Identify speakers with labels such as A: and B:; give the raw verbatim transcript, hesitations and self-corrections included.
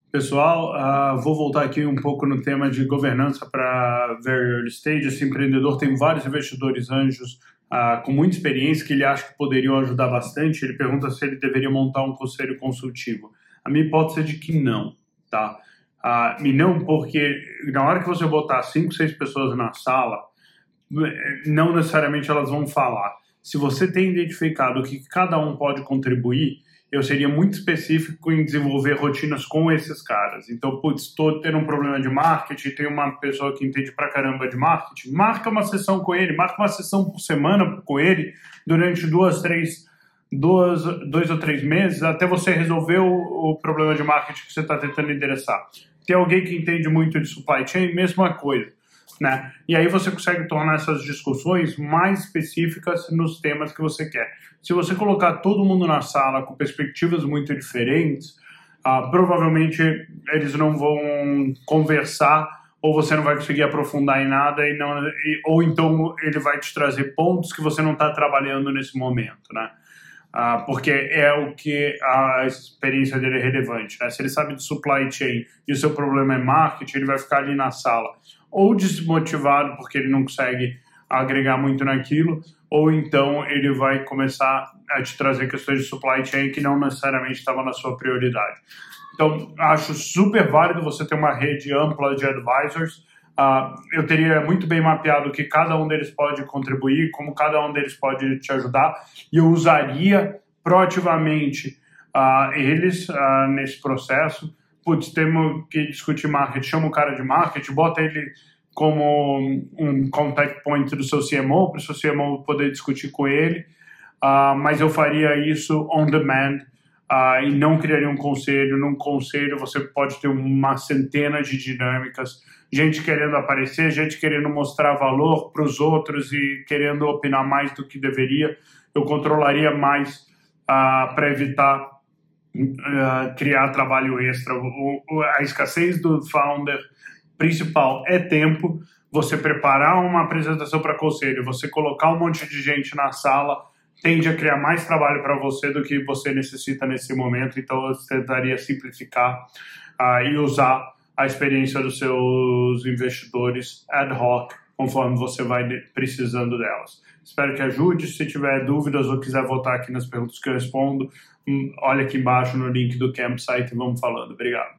A: Pessoal, uh, vou voltar aqui um pouco no tema de governança para Very Early Stage. Esse empreendedor tem vários investidores anjos uh, com muita experiência que ele acha que poderiam ajudar bastante. Ele pergunta se ele deveria montar um conselho consultivo. A minha hipótese é de que não, tá? Uh, e não porque na hora que você botar cinco, seis pessoas na sala, não necessariamente elas vão falar. Se você tem identificado que cada um pode contribuir, eu seria muito específico em desenvolver rotinas com esses caras. Então, putz, estou tendo um problema de marketing, tem uma pessoa que entende pra caramba de marketing, marca uma sessão com ele, marca uma sessão por semana com ele, durante duas, três, duas, dois ou três meses, até você resolver o, o problema de marketing que você está tentando endereçar. Tem alguém que entende muito de supply chain, mesma coisa. Né? E aí você consegue tornar essas discussões mais específicas nos temas que você quer. Se você colocar todo mundo na sala com perspectivas muito diferentes, uh, provavelmente eles não vão conversar, ou você não vai conseguir aprofundar em nada, e não, e, ou então ele vai te trazer pontos que você não está trabalhando nesse momento, né? Uh, porque é o que a experiência dele é relevante, né? Se ele sabe de supply chain e o seu problema é marketing, ele vai ficar ali na sala ou desmotivado porque ele não consegue agregar muito naquilo, ou então ele vai começar a te trazer questões de supply chain que não necessariamente estavam na sua prioridade. Então, acho super válido você ter uma rede ampla de advisors. Uh, eu teria muito bem mapeado o que cada um deles pode contribuir, como cada um deles pode te ajudar, e eu usaria proativamente uh, eles uh, nesse processo. Putz, temos que discutir marketing, chama o cara de marketing, bota ele como um contact point do seu C M O, para o seu C M O poder discutir com ele, uh, mas eu faria isso on demand, uh, e não criaria um conselho. Num conselho você pode ter uma centena de dinâmicas, gente querendo aparecer, gente querendo mostrar valor para os outros e querendo opinar mais do que deveria. Eu controlaria mais uh, para evitar Uh, criar trabalho extra. O, o, a escassez do founder principal é tempo. Você preparar uma apresentação para conselho, você colocar um monte de gente na sala, tende a criar mais trabalho para você do que você necessita nesse momento. Então eu tentaria simplificar uh, e usar a experiência dos seus investidores ad hoc conforme você vai precisando delas. Espero que ajude. Se tiver dúvidas ou quiser voltar aqui nas perguntas que eu respondo, olha aqui embaixo no link do Campsite e vamos falando. Obrigado.